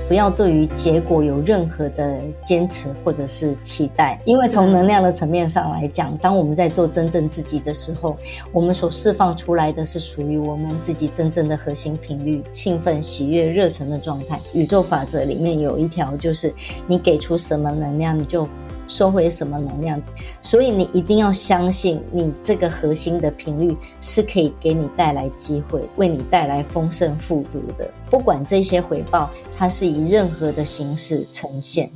不要对于结果有任何的坚持或者是期待，因为从能量的层面上来讲，当我们在做真正自己的时候，我们所释放出来的是属于我们自己真正的核心频率，兴奋、喜悦、热忱的状态。宇宙法则里面有一条，就是你给出什么能量，你就收回什么能量，所以你一定要相信你这个核心的频率是可以给你带来机会，为你带来丰盛富足的，不管这些回报它是以任何的形式呈现。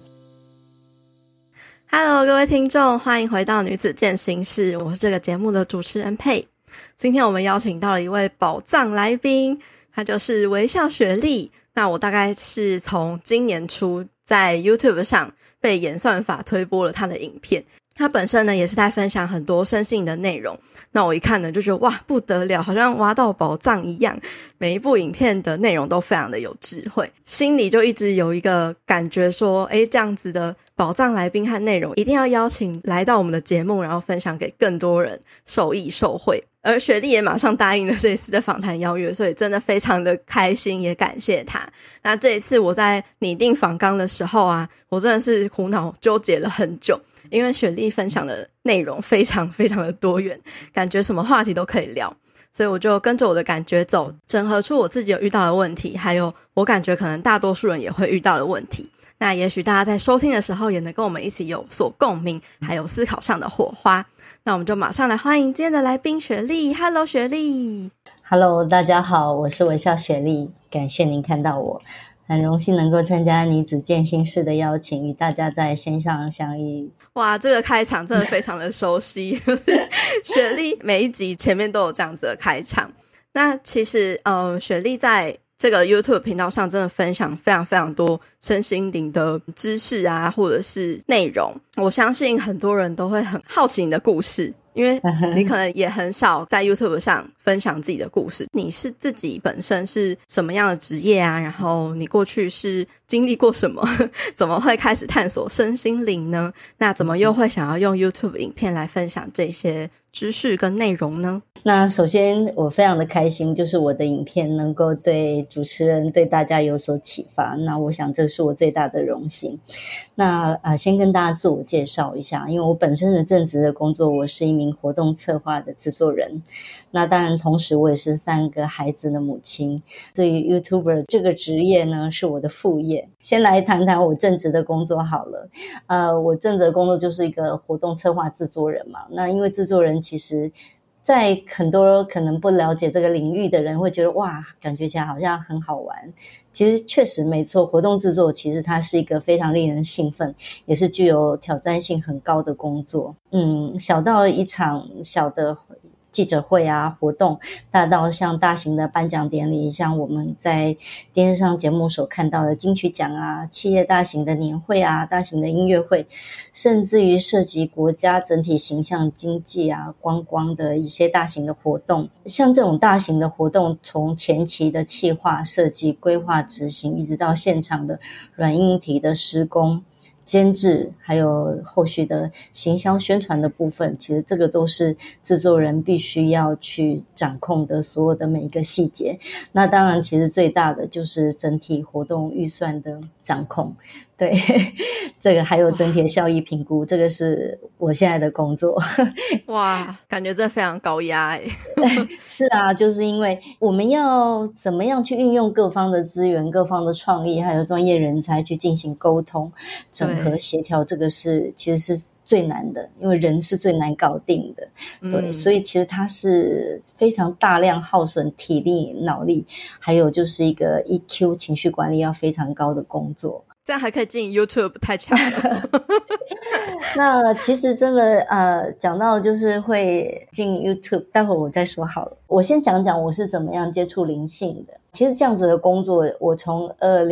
Hello， 各位听众，欢迎回到女子健心室，我是这个节目的主持人佩。今天我们邀请到了一位宝藏来宾，她就是微笑雪莉。那我大概是从今年初在 YouTube 上被演算法推播了他的影片，他本身呢也是在分享很多身心的内容，那我一看呢就觉得哇不得了，好像挖到宝藏一样，每一部影片的内容都非常的有智慧，心里就一直有一个感觉说这样子的宝藏来宾和内容一定要邀请来到我们的节目，然后分享给更多人受益受惠。而雪莉也马上答应了这一次的访谈邀约，所以真的非常的开心，也感谢她。那这一次我在拟定访纲的时候啊，我真的是苦恼纠结了很久，因为雪莉分享的内容非常非常的多元，感觉什么话题都可以聊，所以我就跟着我的感觉走，整合出我自己有遇到的问题，还有我感觉可能大多数人也会遇到的问题。那也许大家在收听的时候也能跟我们一起有所共鸣，还有思考上的火花。那我们就马上来欢迎今天的来宾雪莉。 Hello 雪莉。 Hello， 大家好，我是微笑雪莉，感谢您看到我，很荣幸能够参加女子健心室的邀请，与大家在线上相遇。 哇，这个开场真的非常的熟悉雪莉每一集前面都有这样子的开场。那其实雪莉在这个 YouTube 频道上真的分享非常非常多身心灵的知识啊，或者是内容，我相信很多人都会很好奇你的故事，因为你可能也很少在 YouTube 上分享自己的故事。你是自己本身是什么样的职业啊？然后你过去是经历过什么怎么会开始探索身心灵呢？那怎么又会想要用 YouTube 影片来分享这些知识跟内容呢？ 那首先我非常的开心，就是我的影片能够对主持人对大家有所启发，那我想这是我最大的荣幸。那先跟大家自我介绍一下，因为我本身的正职的工作，我是一名活动策划的制作人，那当然同时我也是3个孩子的母亲。至于 YouTuber 这个职业呢，是我的副业。先来谈谈我正职的工作好了。我正职的工作就是一个活动策划制作人嘛，那因为制作人其实在很多可能不了解这个领域的人会觉得哇，感觉起来好像很好玩。其实确实没错，活动制作其实它是一个非常令人兴奋，也是具有挑战性很高的工作。小到一场小的记者会啊活动，大到像大型的颁奖典礼，像我们在电视上节目所看到的金曲奖啊，企业大型的年会啊，大型的音乐会，甚至于涉及国家整体形象经济啊观光的一些大型的活动。像这种大型的活动，从前期的企划设计规划执行，一直到现场的软硬体的施工监制，还有后续的行销宣传的部分，其实这个都是制作人必须要去掌控的所有的每一个细节。那当然其实最大的就是整体活动预算的掌控，对这个还有整体的效益评估，这个是我现在的工作哇，感觉真的非常高压耶是啊，就是因为我们要怎么样去运用各方的资源、各方的创意还有专业人才去进行沟通整合协调，这个其实是最难的，因为人是最难搞定的。对，所以其实它是非常大量耗损体力脑力，还有就是一个 EQ 情绪管理要非常高的工作。 这样还可以进 YouTube， 太强了那其实真的讲到就是会进 YouTube， 待会儿我再说好了。我先讲讲我是怎么样接触灵性的。其实这样子的工作，我从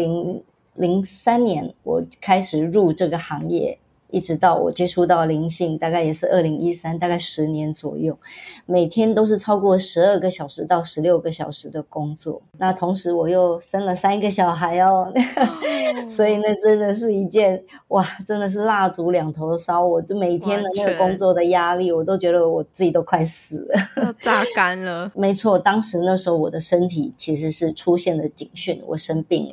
2003年我开始入这个行业，一直到我接触到灵性，大概也是2013，大概10年左右，每天都是超过12个小时到16个小时的工作。那同时我又生了3个小孩哦所以那真的是一件哇，真的是蜡烛两头烧。我就每天的那个工作的压力，我都觉得我自己都快死了要榨干了。 没错，当时那时候我的身体其实是出现了警讯，我生病了。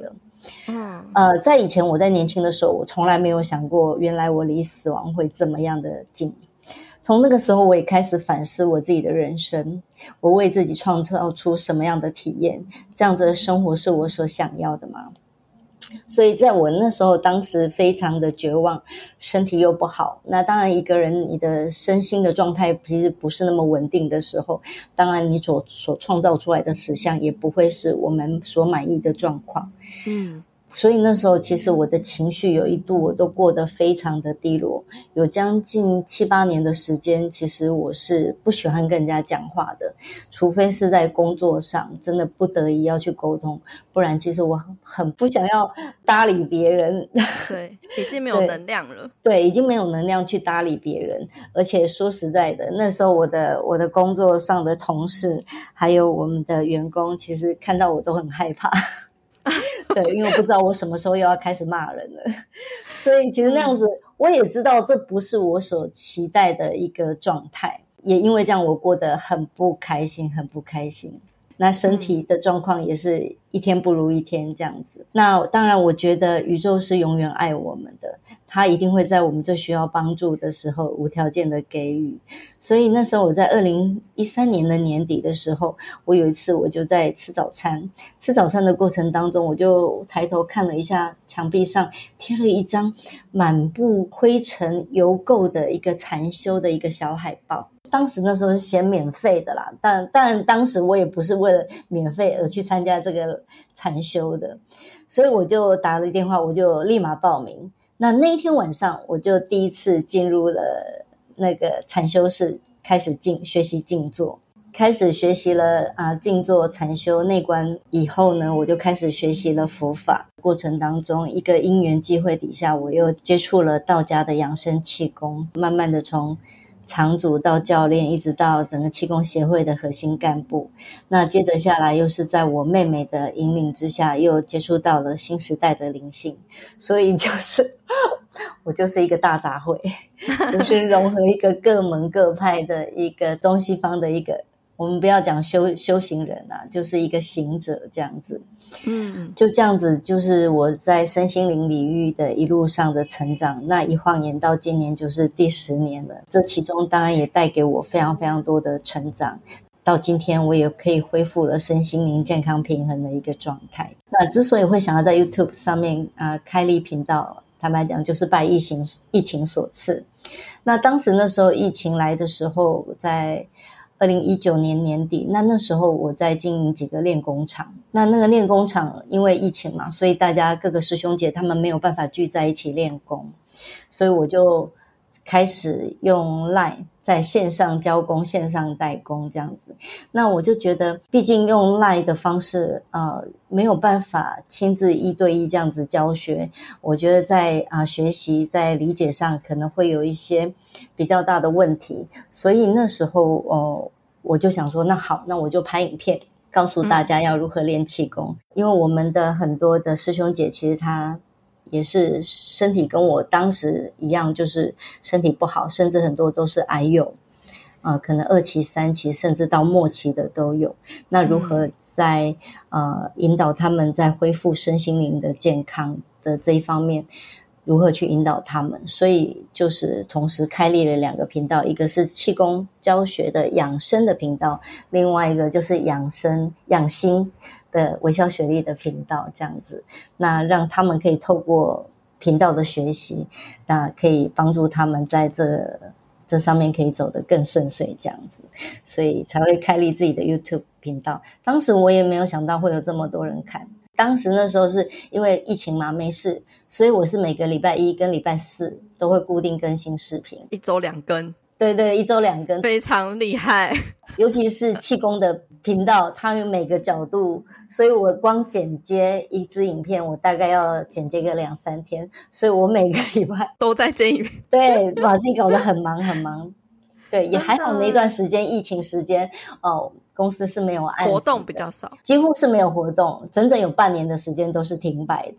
在以前我在年轻的时候，我从来没有想过原来我离死亡会这么样的近。从那个时候我也开始反思我自己的人生，我为自己创造出什么样的体验，这样子的生活是我所想要的吗？所以在我那时候当时非常的绝望，身体又不好，那当然一个人你的身心的状态其实不是那么稳定的时候，当然你所创造出来的实相也不会是我们所满意的状况。所以那时候其实我的情绪有一度我都过得非常的低落，有将近7-8年的时间，其实我是不喜欢跟人家讲话的，除非是在工作上真的不得已要去沟通，不然其实我很不想要搭理别人。 对，已经没有能量了。 对，已经没有能量去搭理别人。而且说实在的，那时候我的工作上的同事还有我们的员工，其实看到我都很害怕。对，因为我不知道我什么时候又要开始骂人了，所以其实那样子我也知道这不是我所期待的一个状态，也因为这样我过得很不开心，很不开心。那身体的状况也是一天不如一天这样子。那当然我觉得宇宙是永远爱我们的，它一定会在我们最需要帮助的时候无条件的给予。所以那时候我在2013年的年底的时候，我有一次我就在吃早餐的过程当中，我就抬头看了一下墙壁上贴了一张满布灰尘油垢的一个禅修的一个小海报。当时那时候是嫌免费的啦，但当时我也不是为了免费而去参加这个禅修的，所以我就打了电话，我就立马报名。那一天晚上我就第一次进入了那个禅修室，开始学习静坐，开始学习了静坐禅修内观以后呢，我就开始学习了佛法。过程当中一个因缘际会底下，我又接触了道家的养生气功，慢慢的从场主到教练，一直到整个气功协会的核心干部。那接着下来又是在我妹妹的引领之下，又接触到了新时代的灵性，所以就是我就是一个大杂烩，就是融合一个各门各派的一个东西方的一个，我们不要讲修行人啊，就是一个行者这样子。就这样子，就是我在身心灵领域的一路上的成长。那一晃眼到今年就是第10年了，这其中当然也带给我非常非常多的成长。到今天我也可以恢复了身心灵健康平衡的一个状态。那之所以会想要在 YouTube 上面开立频道，坦白讲就是拜疫情所赐。那当时那时候疫情来的时候，在2019年年底，那时候我在经营几个练功场。那个练功场因为疫情嘛，所以大家各个师兄姐他们没有办法聚在一起练功，所以我就开始用 LINE 在线上教功，线上代工这样子。那我就觉得毕竟用 LINE 的方式没有办法亲自1对1这样子教学，我觉得在学习在理解上可能会有一些比较大的问题。所以那时候我就想说，那好，那我就拍影片告诉大家要如何练气功。因为我们的很多的师兄姐其实他也是身体跟我当时一样，就是身体不好，甚至很多都是癌友可能2期3期甚至到末期的都有。那如何在引导他们在恢复身心灵的健康的这一方面，如何去引导他们？所以就是同时开立了2个频道，一个是气功教学的养生的频道，另外一个就是养心的微笑雪莉的频道这样子。那让他们可以透过频道的学习，那可以帮助他们在这上面可以走得更顺遂这样子，所以才会开立自己的 YouTube 频道。当时我也没有想到会有这么多人看，当时那时候是因为疫情嘛，没事，所以我是每个礼拜1跟礼拜4都会固定更新视频 ，1周2更。 对对，1周2更， 非常厉害。 尤其是气功的频道，它有每个角度，所以我光剪接一支影片，我大概要剪接个2-3天，所以我每个礼拜都在剪影片， 对，把自己搞得很忙很忙。对，也还好那一段时间疫情时间公司是没有案子的， 活动比较少， 几乎是没有活动，整整有半年的时间都是停摆的。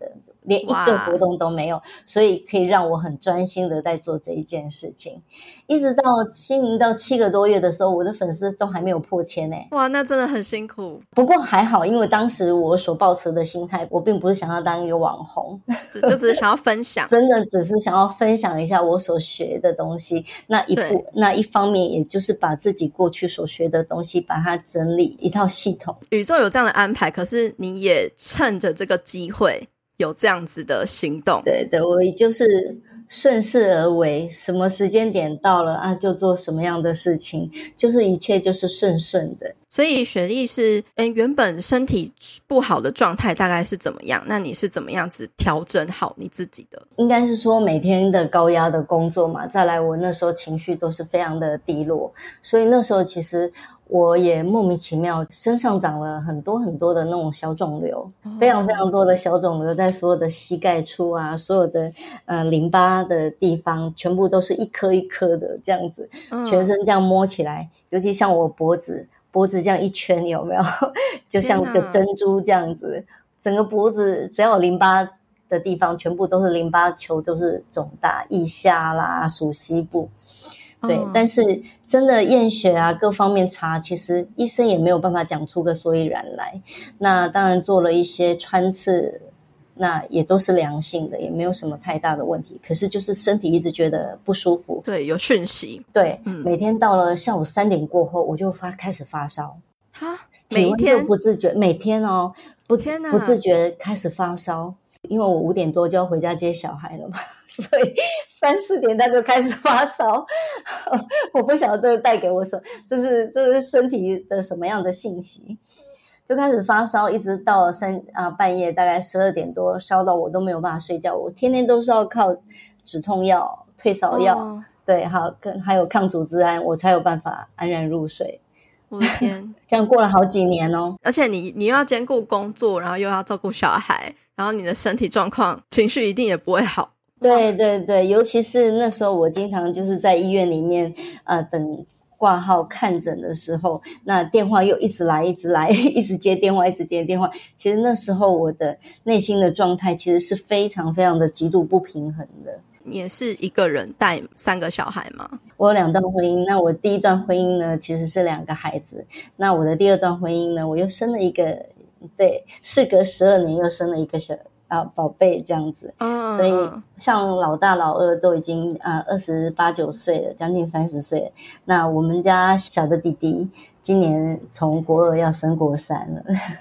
连一个活动都没有，所以可以让我很专心的在做这一件事情。一直到经营到7个多月的时候，我的粉丝都还没有破千欸。 哇，那真的很辛苦。 不过还好，因为当时我所抱持的心态，我并不是想要当一个网红， 就只是想要分享真的只是想要分享一下我所学的东西。那一方面也就是把自己过去所学的东西把它整理一套系统。 宇宙有这样的安排，可是你也趁着这个机会有这样子的行动。 对对，我也就是顺势而为，什么时间点到了啊，就做什么样的事情，就是一切就是顺顺的。 所以雪莉是原本身体不好的状态大概是怎么样？那你是怎么样子调整好你自己的？ 应该是说每天的高压的工作嘛，再来我那时候情绪都是非常的低落，所以那时候其实我也莫名其妙身上长了很多很多的那种小肿瘤，非常非常多的小肿瘤在所有的膝盖处啊，所有的淋巴的地方全部都是一颗一颗的这样子，全身这样摸起来，尤其像我脖子这样一圈有没有就像个珍珠这样子，整个脖子只要有淋巴的地方全部都是淋巴球，都是肿大，腋下啦属膝部。对，但是真的验血啊各方面查，其实医生也没有办法讲出个所以然来。那当然做了一些穿刺，那也都是良性的，也没有什么太大的问题，可是就是身体一直觉得不舒服。 对，有讯息。 对，每天到了下午3点过后我就开始发烧。 哈，每天就不自觉，每天哦，不自觉开始发烧，因为我5点多就要回家接小孩了嘛，所以3、4点他就开始发烧。我不晓得这个带给我什么，这是身体的什么样的信息，就开始发烧，一直到半夜大概12点多，烧到我都没有办法睡觉，我天天都是要靠止痛药、退烧药，对，还有抗组织胺，我才有办法安然入睡。 我的天， 这样过了好几年哦。 而且你又要兼顾工作，然后又要照顾小孩，然后你的身体状况情绪一定也不会好。 对对对，尤其是那时候我经常就是在医院里面等挂号看诊的时候，那电话又一直来一直接电话一直接电话，其实那时候我的内心的状态其实是非常非常的极度不平衡的。 你也是一个人带3个小孩吗？ 我有2段婚姻，那我第一段婚姻呢其实是2个孩子，那我的第二段婚姻呢我又生了一个，对，事隔12年又生了一个宝贝这样子。所以像老大老二都已经28、9岁了，将近30岁了，那我们家小的弟弟今年从国2要升国3了。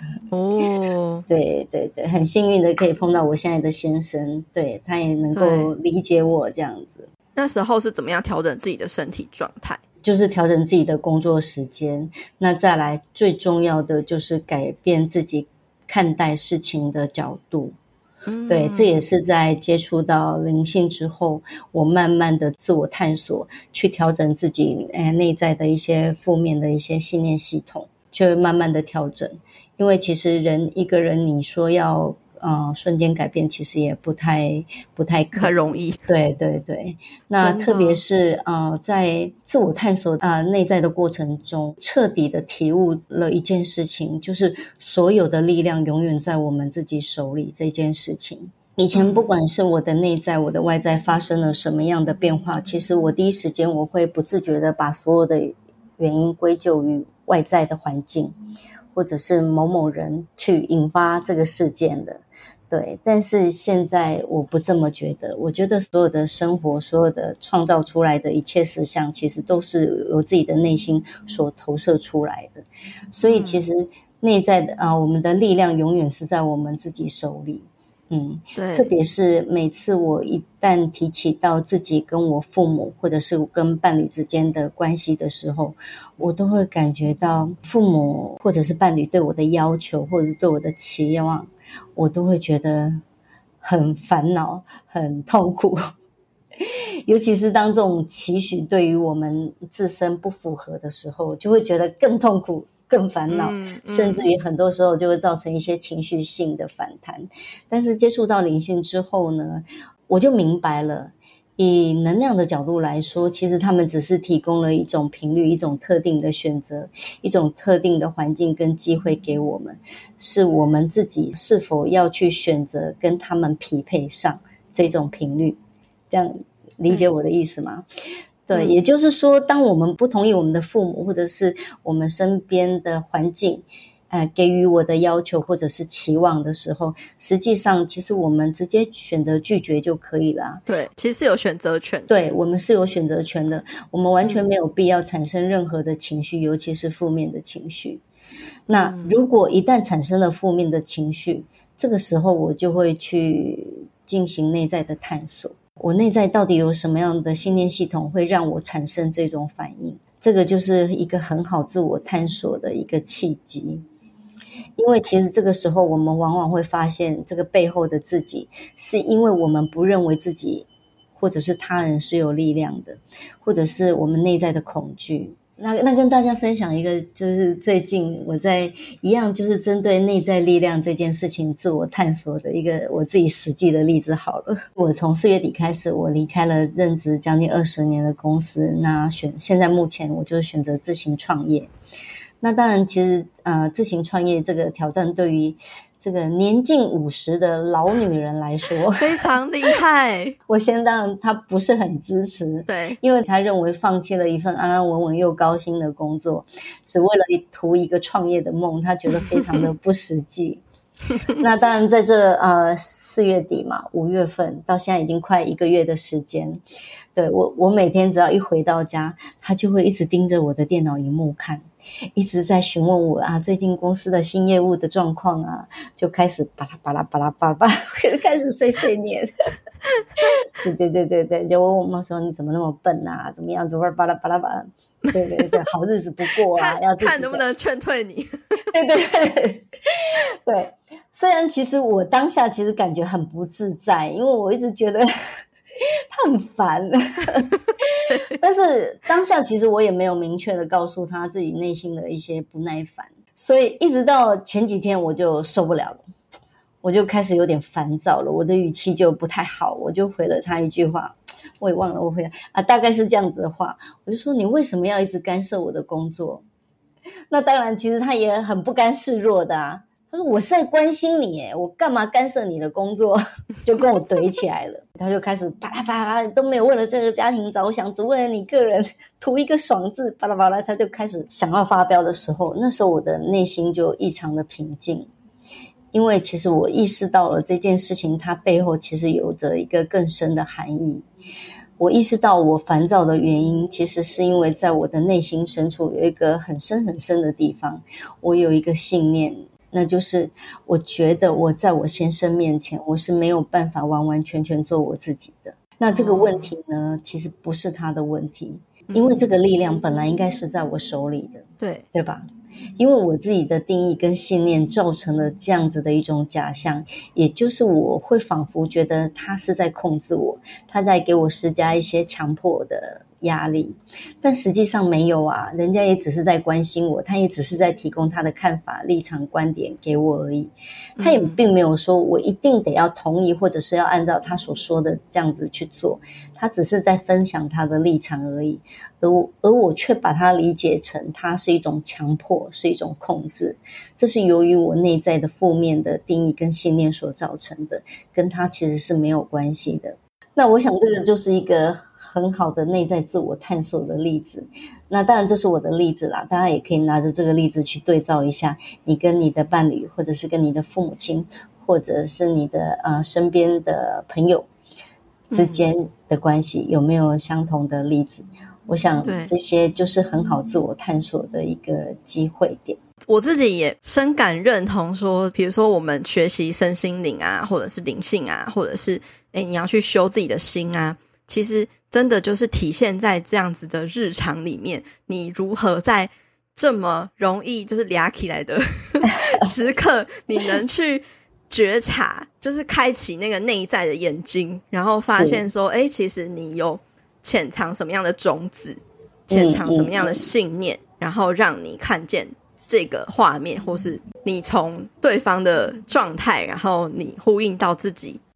对对对，很幸运的可以碰到我现在的先生，对，他也能够理解我这样子。 那时候是怎么样调整自己的身体状态？ 就是调整自己的工作时间，那再来最重要的就是改变自己看待事情的角度。对，这也是在接触到灵性之后，我慢慢的自我探索，去调整自己内在的一些负面的一些信念系统，就慢慢的调整。因为其实一个人你说要瞬间改变，其实也不太很容易。 对对对，那特别是在自我探索内在的过程中，彻底的体悟了一件事情，就是所有的力量永远在我们自己手里这件事情。以前不管是我的内在我的外在发生了什么样的变化，其实我第一时间我会不自觉的把所有的原因归咎于外在的环境，或者是某某人去引发这个事件的。对，但是现在我不这么觉得，我觉得所有的生活，所有的创造出来的一切实相，其实都是由自己的内心所投射出来的。所以其实内在的我们的力量永远是在我们自己手里。对，特别是每次我一旦提起到自己跟我父母或者是跟伴侣之间的关系的时候，我都会感觉到父母或者是伴侣对我的要求或者是对我的期望，我都会觉得很烦恼很痛苦。尤其是当这种期许对于我们自身不符合的时候，就会觉得更痛苦更烦恼，甚至于很多时候就会造成一些情绪性的反弹。但是接触到灵性之后呢，我就明白了， 以能量的角度来说，其实他们只是提供了一种频率，一种特定的选择，一种特定的环境跟机会给我们，是我们自己是否要去选择跟他们匹配上这种频率。这样理解我的意思吗？对，也就是说，当我们不同意我们的父母或者是我们身边的环境给予我的要求或者是期望的时候，实际上其实我们直接选择拒绝就可以了。 对，其实是有选择权。 对，我们是有选择权的，我们完全没有必要产生任何的情绪，尤其是负面的情绪。那如果一旦产生了负面的情绪，这个时候我就会去进行内在的探索，我内在到底有什么样的信念系统会让我产生这种反应，这个就是一个很好自我探索的一个契机。因为其实这个时候我们往往会发现这个背后的自己，是因为我们不认为自己或者是他人是有力量的，或者是我们内在的恐惧。那跟大家分享一个，就是最近我在一样就是针对内在力量这件事情自我探索的一个我自己实际的例子好了。我从4月底开始，我离开了任职将近20年的公司，那现在目前我就选择自行创业。那当然其实自行创业这个挑战对于这个年近50的老女人来说非常厉害。 我先当然他不是很支持， 对， 因为他认为放弃了一份安安稳稳又高薪的工作，只为了图一个创业的梦，他觉得非常的不实际。那当然在这4月底嘛，5月份到现在已经快1个月的时间，对，我每天只要一回到家，他就会一直盯着我的电脑荧幕看，一直在询问我最近公司的新业务的状况啊，就开始巴拉巴拉巴拉巴拉开始碎碎念。对，就问我妈说你怎么那么笨啊，怎么样子巴拉巴拉巴拉。对，好日子不过啊，要自己看能不能劝退你。 对，虽然其实我当下其实感觉很不自在，因为我一直觉得他很烦。但是当下其实我也没有明确的告诉他自己内心的一些不耐烦，所以一直到前几天我就受不了了，我就开始有点烦躁了，我的语气就不太好，我就回了他一句话，我也忘了我回大概是这样子的话，我就说你为什么要一直干涉我的工作？那当然其实他也很不甘示弱的他说我是在关心你耶，我干嘛干涉你的工作？就跟我怼起来了。他就开始巴拉巴拉都没有为了这个家庭着想，只为了你个人图一个爽字，巴拉巴拉，他就开始想要发飙的时候，那时候我的内心就异常的平静，因为其实我意识到了这件事情它背后其实有着一个更深的含义。我意识到我烦躁的原因其实是因为在我的内心深处有一个很深很深的地方，我有一个信念，那就是我觉得我在我先生面前我是没有办法完完全全做我自己的。那这个问题呢，其实不是他的问题，因为这个力量本来应该是在我手里的，对吧？因为我自己的定义跟信念造成了这样子的一种假象，也就是我会仿佛觉得他是在控制我，他在给我施加一些强迫的压力，但实际上没有人家也只是在关心我，他也只是在提供他的看法、立场、观点给我而已，他也并没有说我一定得要同意或者是要按照他所说的这样子去做，他只是在分享他的立场而已，而我却把它理解成它是一种强迫，是一种控制，这是由于我内在的负面的定义跟信念所造成的，跟它其实是没有关系的。那我想这个就是一个很好的内在自我探索的例子。那当然这是我的例子啦，大家也可以拿着这个例子去对照一下，你跟你的伴侣，或者是跟你的父母亲，或者是你的身边的朋友之间的关系，有没有相同的例子？我想这些就是很好自我探索的一个机会点。 我自己也深感认同说，比如说我们学习身心灵或者是灵性或者是你要去修自己的心其实真的就是体现在这样子的日常里面，你如何在这么容易就是俩起来的时刻，你能去觉察，就是开启那个内在的眼睛，然后发现说其实你有潜藏什么样的种子，潜藏什么样的信念，然后让你看见这个画面，或是你从对方的状态，然后你呼应到自己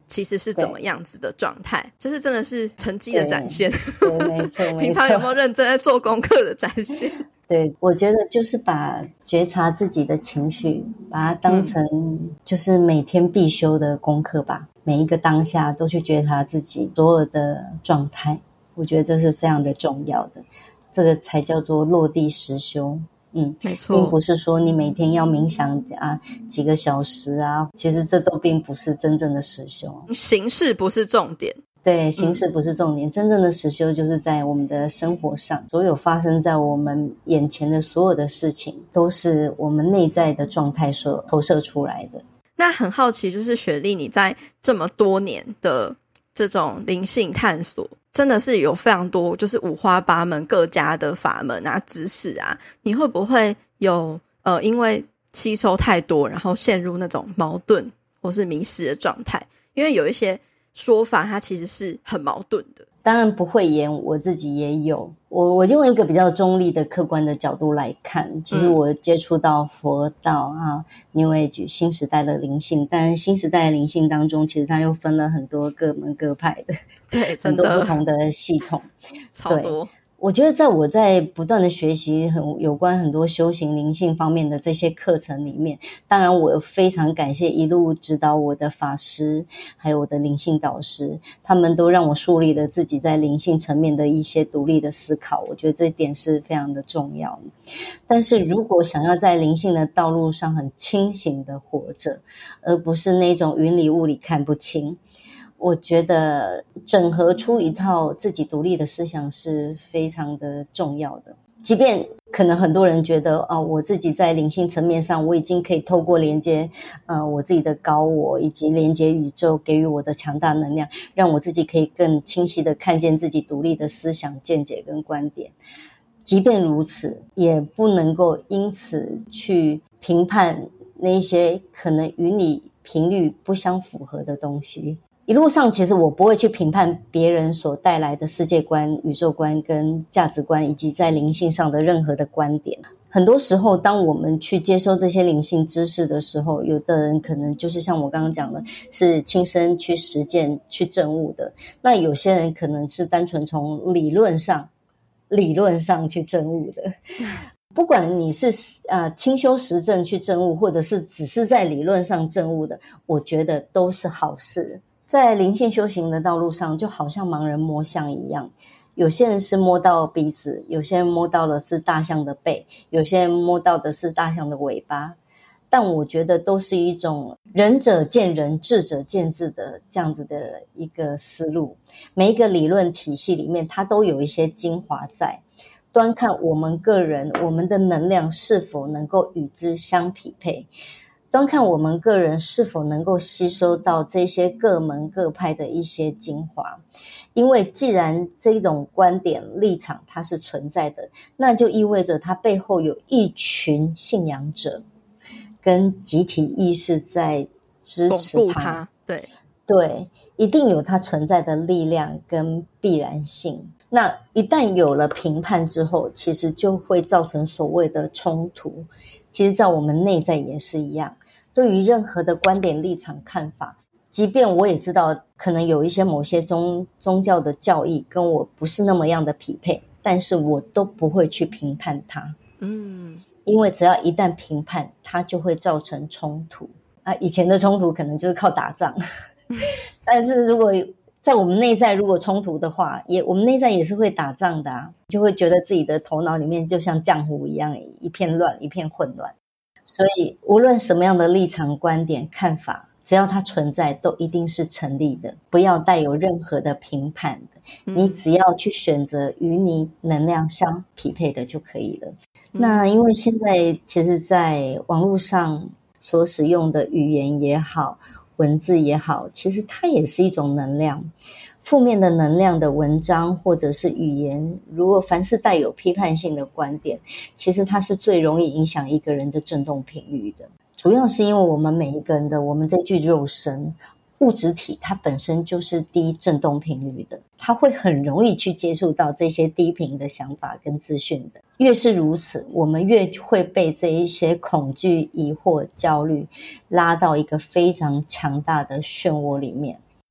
其实是怎么样子的状态，就是真的是成绩的展现。 对，没错平常有没有认真在做功课的展现？ 对，我觉得就是把觉察自己的情绪，把它当成就是每天必修的功课吧。每一个当下都去觉察自己所有的状态，我觉得这是非常的重要的，这个才叫做落地实修。 没错， 并不是说你每天要冥想几个小时啊，其实这都并不是真正的实修。 形式不是重点。 对，形式不是重点，真正的实修就是在我们的生活上，所有发生在我们眼前的所有的事情，都是我们内在的状态所投射出来的。 那很好奇，就是雪莉你在这么多年的这种灵性探索，真的是有非常多就是五花八门各家的法门啊知识啊，你会不会有因为吸收太多然后陷入那种矛盾或是迷失的状态？因为有一些说法它其实是很矛盾的。 当然不会演，我自己也有。我用一个比较中立的客观的角度来看，其实我接触到佛道New Age 新时代的灵性，但新时代的灵性当中其实它又分了很多各门各派的， 对， 很多不同的系统， 超多。 我觉得我在不断的学习有关很多修行灵性方面的这些课程里面，当然我非常感谢一路指导我的法师还有我的灵性导师，他们都让我树立了自己在灵性层面的一些独立的思考，我觉得这一点是非常的重要的。但是如果想要在灵性的道路上很清醒的活着，而不是那种云里雾里看不清，我觉得整合出一套自己独立的思想是非常的重要的。即便可能很多人觉得我自己在灵性层面上我已经可以透过连接我自己的高我以及连接宇宙给予我的强大能量，让我自己可以更清晰的看见自己独立的思想见解跟观点，即便如此也不能够因此去评判那些可能与你频率不相符合的东西。一路上其实我不会去评判别人所带来的世界观、宇宙观跟价值观，以及在灵性上的任何的观点。很多时候当我们去接收这些灵性知识的时候，有的人可能就是像我刚刚讲的是亲身去实践去证悟的，那有些人可能是单纯从理论上去证悟的。不管你是亲修实证去证悟，或者是只是在理论上证悟的，我觉得都是好事。在灵性修行的道路上，就好像盲人摸象一样，有些人是摸到鼻子，有些人摸到的是大象的背，有些人摸到的是大象的尾巴，但我觉得都是一种仁者见仁，智者见智的这样子的一个思路。每一个理论体系里面，它都有一些精华在，端看我们个人，我们的能量是否能够与之相匹配，端看我们个人是否能够吸收到这些各门各派的一些精华。因为既然这种观点立场它是存在的，那就意味着它背后有一群信仰者跟集体意识在支持它，对，一定有它存在的力量跟必然性。那一旦有了评判之后，其实就会造成所谓的冲突。其实在我们内在也是一样，对于任何的观点立场看法，即便我也知道可能有一些某些宗教的教义跟我不是那么样的匹配，但是我都不会去评判它。因为只要一旦评判，它就会造成冲突。以前的冲突可能就是靠打仗但是如果在我们内在如果冲突的话，我们内在也是会打仗的就会觉得自己的头脑里面就像浆糊一样，一片乱，一片混乱。所以无论什么样的立场、观点、看法，只要它存在都一定是成立的，不要带有任何的评判的。你只要去选择与你能量相匹配的就可以了。那因为现在其实在网络上所使用的语言也好，文字也好，其实它也是一种能量。负面的能量的文章或者是语言，如果凡是带有批判性的观点，其实它是最容易影响一个人的振动频率的。主要是因为我们每一个人的我们这具肉身物质体，它本身就是低振动频率的，它会很容易去接触到这些低频的想法跟资讯的。越是如此，我们越会被这一些恐惧、疑惑、焦虑拉到一个非常强大的漩涡里面。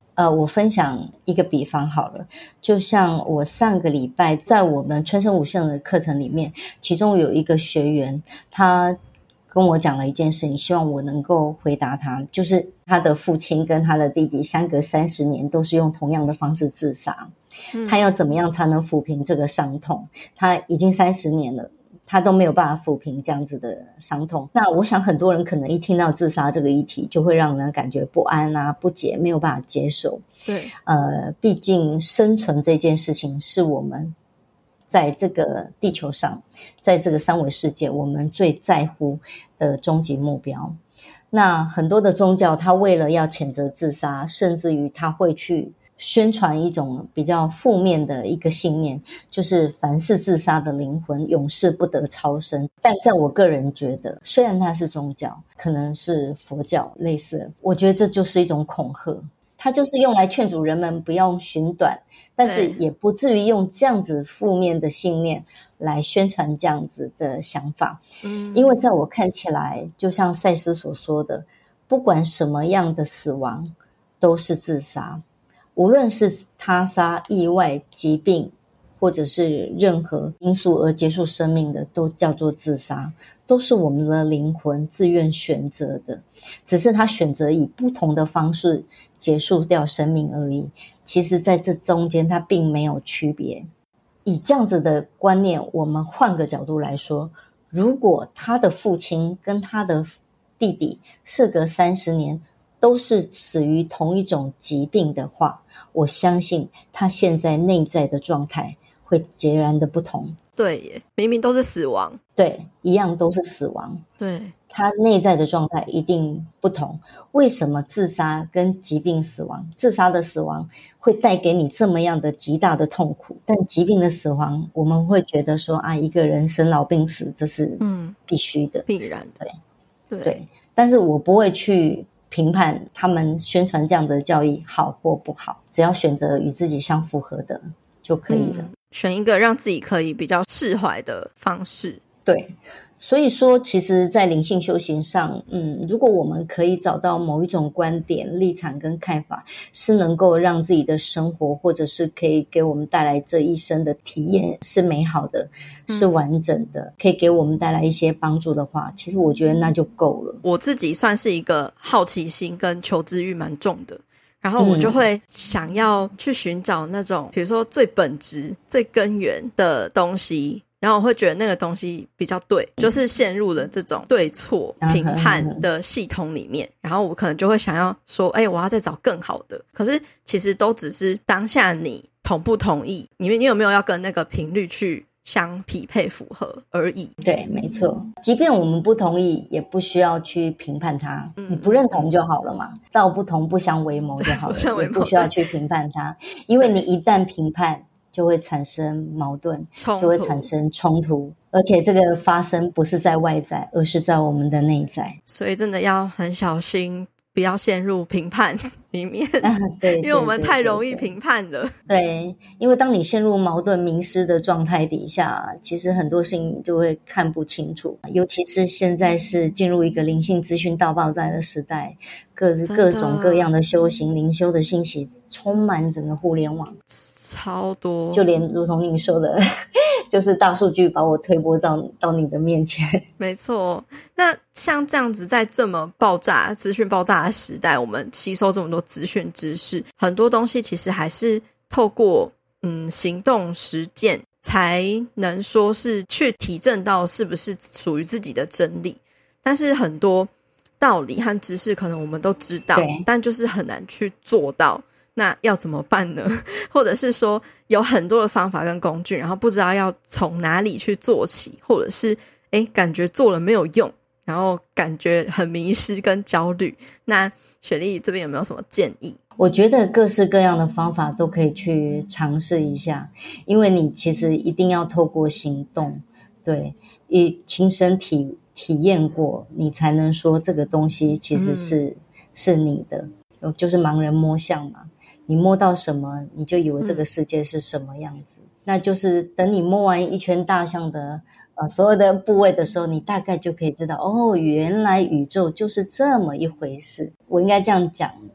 我分享一个比方好了，就像我上个礼拜在我们春生无限的课程里面，其中有一个学员，他跟我讲了一件事情，希望我能够回答他，就是他的父亲跟他的弟弟相隔30年都是用同样的方式自杀，他要怎么样才能抚平这个伤痛？他已经30年了，他都没有办法抚平这样子的伤痛。那我想很多人可能一听到自杀这个议题，就会让人感觉不安啊、不解，没有办法接受。 对， 毕竟生存这件事情是我们在这个地球上，在这个三维世界，我们最在乎的终极目标。那很多的宗教，他为了要谴责自杀，甚至于他会去宣传一种比较负面的一个信念，就是凡是自杀的灵魂永世不得超生。但在我个人觉得，虽然它是宗教，可能是佛教类似的，我觉得这就是一种恐吓，它就是用来劝阻人们不要寻短，但是也不至于用这样子负面的信念来宣传这样子的想法。因为在我看起来，就像赛斯所说的，不管什么样的死亡都是自杀，无论是他杀、意外、疾病，或者是任何因素而结束生命的，都叫做自杀，都是我们的灵魂自愿选择的，只是他选择以不同的方式结束掉生命而已。其实在这中间他并没有区别。以这样子的观念，我们换个角度来说，如果他的父亲跟他的弟弟事隔30年都是死于同一种疾病的话，我相信他现在内在的状态会截然的不同。 对耶，明明都是死亡， 对，一样都是死亡， 对， 他内在的状态一定不同。为什么自杀跟疾病死亡，自杀的死亡会带给你这么样的极大的痛苦，但疾病的死亡我们会觉得说啊，一个人生老病死这是必须的， 必然的， 对。但是我不会去评判他们宣传这样的教育好或不好，只要选择与自己相符合的就可以了。 选一个让自己可以比较释怀的方式。 对，所以说其实在灵性修行上，如果我们可以找到某一种观点、立场跟看法，是能够让自己的生活或者是可以给我们带来这一生的体验是美好的，是完整的，可以给我们带来一些帮助的话，其实我觉得那就够了。 我自己算是一个好奇心跟求知欲蛮重的，然后我就会想要去寻找那种比如说最本质最根源的东西，然后我会觉得那个东西比较对，就是陷入了这种对错评判的系统里面，然后我可能就会想要说我要再找更好的，可是其实都只是当下你同不同意，你有没有要跟那个频率去相匹配符合而已。 对，没错，即便我们不同意也不需要去评判它，你不认同就好了嘛，道不同不相为谋就好了，也不需要去评判它，因为你一旦评判就会产生矛盾，就会产生冲突，而且这个发生不是在外在，而是在我们的内在， 所以真的要很小心不要陷入评判里面对， 因为我们太容易评判了。 对，因为当你陷入矛盾迷失的状态底下，其实很多事情你就会看不清楚，尤其是现在是进入一个灵性资讯大爆炸的时代，各种各样的修行灵修的信息充满整个互联网， 超多， 就连如同你说的就是大数据把我推播到你的面前。 没错，那像这样子在这么资讯爆炸的时代，我们吸收这么多资讯知识，很多东西其实还是透过行动实践才能说是去体证到是不是属于自己的真理。但是很多道理和知识可能我们都知道，但就是很难去做到，那要怎么办呢？或者是说有很多的方法跟工具，然后不知道要从哪里去做起，或者是感觉做了没有用，然后感觉很迷失跟焦虑。那雪莉这边有没有什么建议？ 我觉得各式各样的方法都可以去尝试一下，因为你其实一定要透过行动，对，亲身体验过，你才能说这个东西其实是你的，就是盲人摸象嘛，你摸到什么你就以为这个世界是什么样子，那就是等你摸完一圈大象的所有的部位的时候，你大概就可以知道，原来宇宙就是这么一回事。我应该这样讲，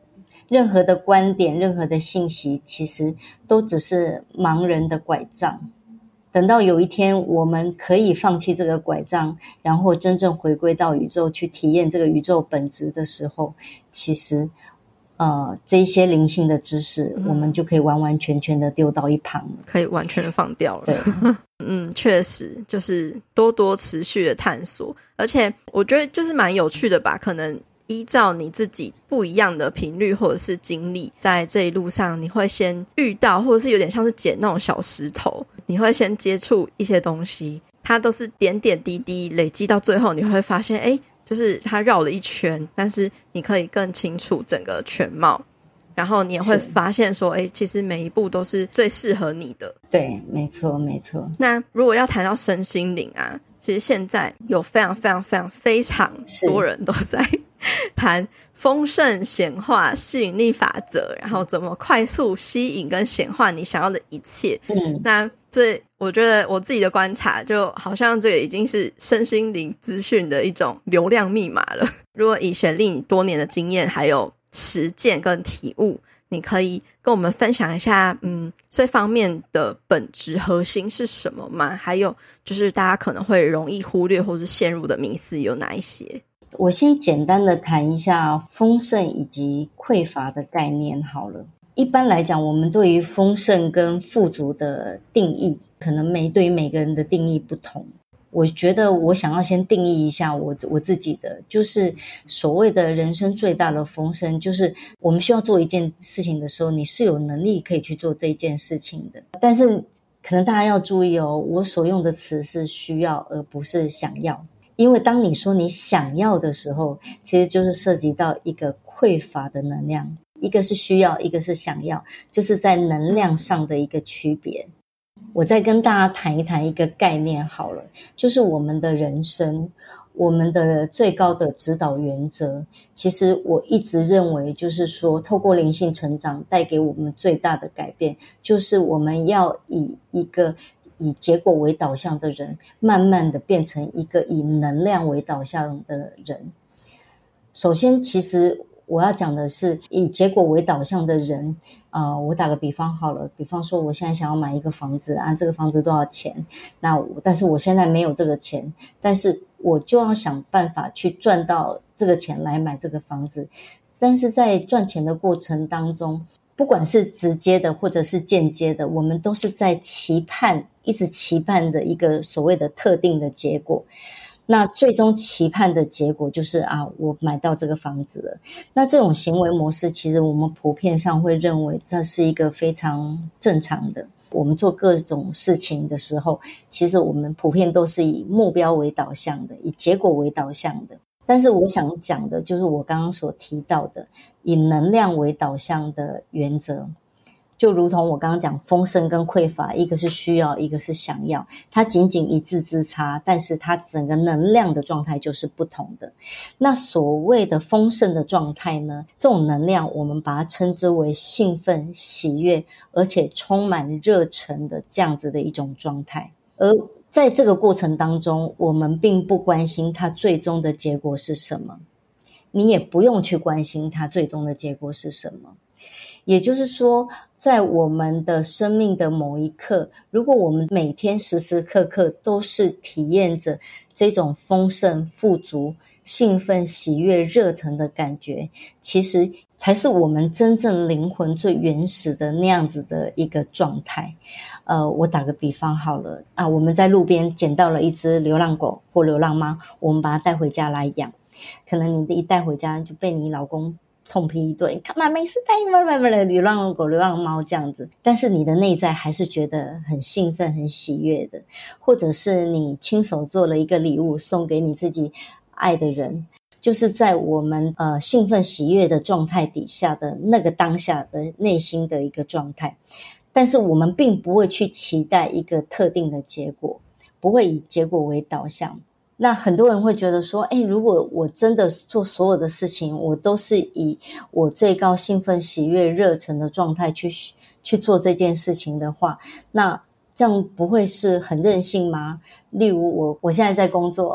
任何的观点，任何的信息，其实都只是盲人的拐杖。等到有一天我们可以放弃这个拐杖，然后真正回归到宇宙去体验这个宇宙本质的时候，其实这一些灵性的知识，我们就可以完完全全的丢到一旁了， 可以完全的放掉了。 对确实就是多多持续的探索，而且我觉得就是蛮有趣的吧，可能依照你自己不一样的频率或者是经历，在这一路上你会先遇到，或者是有点像是捡那种小石头，你会先接触一些东西，它都是点点滴滴累积到最后，你会发现就是它绕了一圈，但是你可以更清楚整个全貌，然后你也会发现说其实每一步都是最适合你的。 对，没错没错。 那如果要谈到身心灵啊，其实现在有非常非常非常非常多人都在谈丰盛显化吸引力法则，然后怎么快速吸引跟显化你想要的一切。那这我觉得我自己的观察，就好像这个已经是身心灵资讯的一种流量密码了。如果以雪莉你多年的经验还有实践跟体悟，你可以跟我们分享一下这方面的本质核心是什么吗？还有就是大家可能会容易忽略或是陷入的迷思有哪一些？ 我先简单的谈一下丰盛以及匮乏的概念好了。一般来讲，我们对于丰盛跟富足的定义，可能对于每个人的定义不同。我觉得我想要先定义一下我自己的，就是所谓的人生最大的丰盛，就是我们需要做一件事情的时候，你是有能力可以去做这一件事情的。但是可能大家要注意我所用的词是需要而不是想要。因为当你说你想要的时候，其实就是涉及到一个匮乏的能量，一个是需要，一个是想要，就是在能量上的一个区别。我再跟大家谈一谈一个概念好了，就是我们的人生，我们的最高的指导原则，其实我一直认为就是说，透过灵性成长带给我们最大的改变，就是我们要以结果为导向的人，慢慢的变成一个以能量为导向的人。首先其实我要讲的是以结果为导向的人，我打个比方好了，比方说我现在想要买一个房子这个房子多少钱，但是我现在没有这个钱，但是我就要想办法去赚到这个钱来买这个房子。但是在赚钱的过程当中，不管是直接的或者是间接的，我们都是在一直期盼着一个所谓的特定的结果。那最终期盼的结果就是我买到这个房子了。那这种行为模式，其实我们普遍上会认为这是一个非常正常的。我们做各种事情的时候，其实我们普遍都是以目标为导向的，以结果为导向的。但是我想讲的就是我刚刚所提到的以能量为导向的原则，就如同我刚刚讲丰盛跟匮乏，一个是需要，一个是想要，它仅仅一字之差，但是它整个能量的状态就是不同的。那所谓的丰盛的状态呢，这种能量我们把它称之为兴奋、喜悦，而且充满热忱的这样子的一种状态。而在这个过程当中，我们并不关心它最终的结果是什么，你也不用去关心它最终的结果是什么。也就是说，在我们的生命的某一刻，如果我们每天时时刻刻都是体验着这种丰盛、富足、兴奋、喜悦、热腾的感觉，其实才是我们真正灵魂最原始的那样子的一个状态。我打个比方好了我们在路边捡到了一只流浪狗或流浪猫，我们把它带回家来养，可能你一带回家就被你老公痛批一顿，干嘛没事带流浪狗流浪猫这样子，但是你的内在还是觉得很兴奋很喜悦的。或者是你亲手做了一个礼物送给你自己爱的人，就是在我们兴奋喜悦的状态底下的那个当下的内心的一个状态。但是我们并不会去期待一个特定的结果，不会以结果为导向。那很多人会觉得说如果我真的做所有的事情，我都是以我最高兴奋喜悦热忱的状态去做这件事情的话，那这样不会是很任性吗？例如我现在在工作，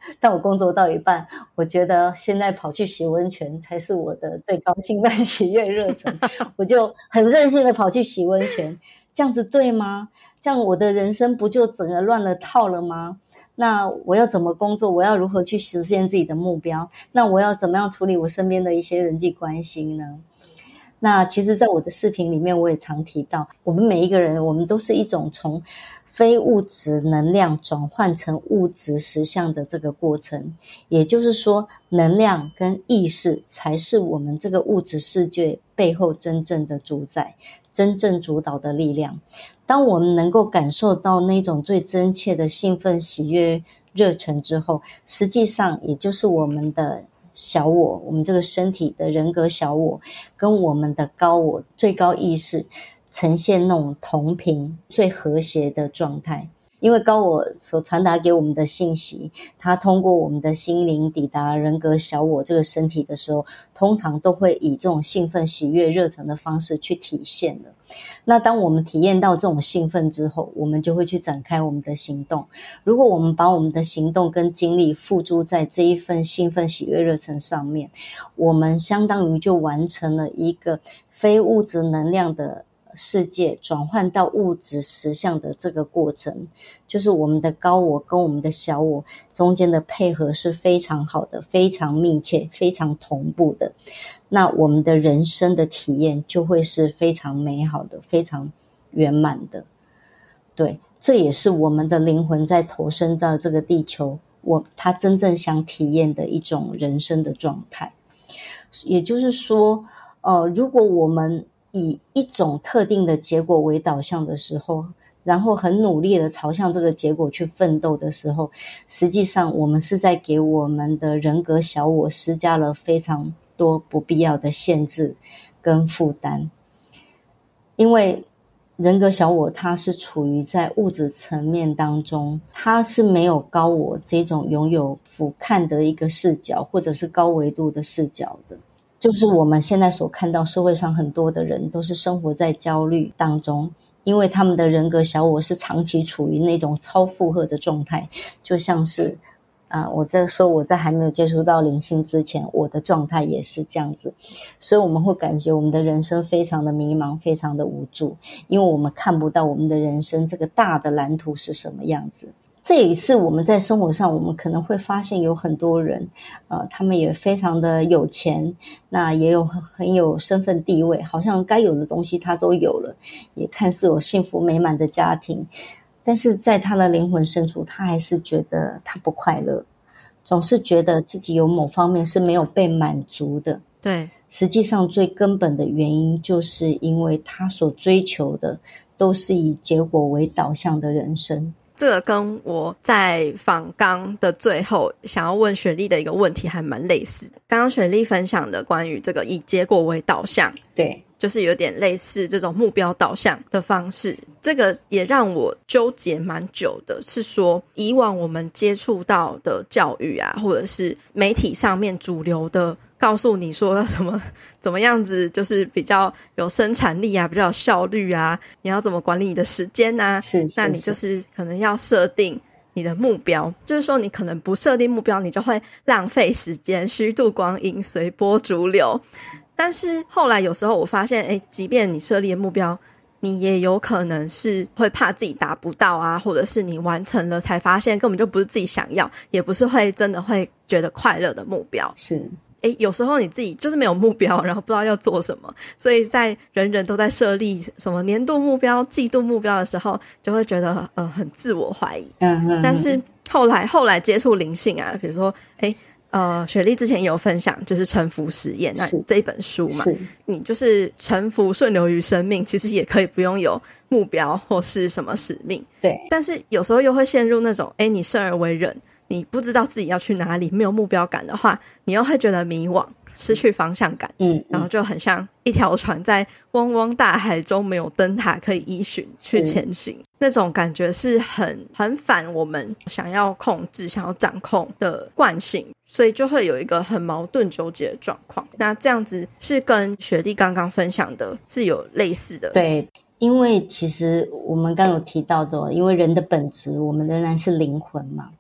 但我工作到一半，我觉得现在跑去洗温泉才是我的最高兴奋、喜悦、热忱，我就很任性的跑去洗温泉，这样子对吗？这样我的人生不就整个乱了套了吗？那我要怎么工作？我要如何去实现自己的目标？那我要怎么样处理我身边的一些人际关系呢？那其实在我的视频里面我也常提到，我们每一个人，我们都是一种从非物质能量转换成物质实相的这个过程，也就是说能量跟意识才是我们这个物质世界背后真正的主宰，真正主导的力量。当我们能够感受到那种最真切的兴奋、喜悦、热忱之后，实际上也就是我们的小我，我们这个身体的人格小我跟我们的高我最高意识呈现那种同频最和谐的状态。因为高我所传达给我们的信息，它通过我们的心灵抵达人格小我这个身体的时候，通常都会以这种兴奋、喜悦、热忱的方式去体现的。那当我们体验到这种兴奋之后，我们就会去展开我们的行动。如果我们把我们的行动跟精力付诸在这一份兴奋、喜悦、热忱上面，我们相当于就完成了一个非物质能量的世界转换到物质实相的这个过程，就是我们的高我跟我们的小我中间的配合是非常好的，非常密切，非常同步的。那我们的人生的体验就会是非常美好的，非常圆满的。对，这也是我们的灵魂在投身到这个地球，他真正想体验的一种人生的状态。也就是说，如果我们以一种特定的结果为导向的时候，然后很努力的朝向这个结果去奋斗的时候，实际上我们是在给我们的人格小我施加了非常多不必要的限制跟负担。因为人格小我它是处于在物质层面当中，它是没有高我这种拥有俯瞰的一个视角或者是高维度的视角的。就是我们现在所看到社会上很多的人都是生活在焦虑当中，因为他们的人格小我是长期处于那种超负荷的状态，就像是我在还没有接触到灵性之前，我的状态也是这样子，所以我们会感觉我们的人生非常的迷茫，非常的无助，因为我们看不到我们的人生这个大的蓝图是什么样子。这也是我们在生活上我们可能会发现有很多人他们也非常的有钱，那也有很有身份地位，好像该有的东西他都有了，也看似有幸福美满的家庭，但是在他的灵魂深处，他还是觉得他不快乐，总是觉得自己有某方面是没有被满足的。 对， 实际上最根本的原因就是因为他所追求的都是以结果为导向的人生。 这个跟我在访纲的最后想要问雪莉的一个问题还蛮类似的。刚刚雪莉分享的关于这个以结果为导向， 对， 就是有点类似这种目标导向的方式。这个也让我纠结蛮久的，是说以往我们接触到的教育啊，或者是媒体上面主流的告诉你说要怎么样子就是比较有生产力啊，比较有效率啊，你要怎么管理你的时间啊，那你就是可能要设定你的目标，就是说你可能不设定目标，你就会浪费时间，虚度光阴，随波逐流。但是后来有时候我发现即便你设立的目标，你也有可能是会怕自己达不到啊，或者是你完成了才发现根本就不是自己想要，也不是会真的会觉得快乐的目标。 是有时候你自己就是没有目标，然后不知道要做什么，所以在人人都在设立什么年度目标、季度目标的时候，就会觉得很自我怀疑。但是后来接触灵性啊，比如说雪莉之前也有分享就是臣服实验，那这一本书嘛，你就是臣服顺流于生命，其实也可以不用有目标或是什么使命。 对， 但是有时候又会陷入那种你生而为人，你不知道自己要去哪里，没有目标感的话，你又会觉得迷惘，失去方向感。然后就很像一条船在汪汪大海中没有灯塔可以依循去前行，那种感觉是很反我们想要控制、想要掌控的惯性，所以就会有一个很矛盾纠结的状况。那这样子是跟雪莉刚刚分享的是有类似的。 对，因为其实我们刚有提到的因为人的本质我们仍然是灵魂嘛，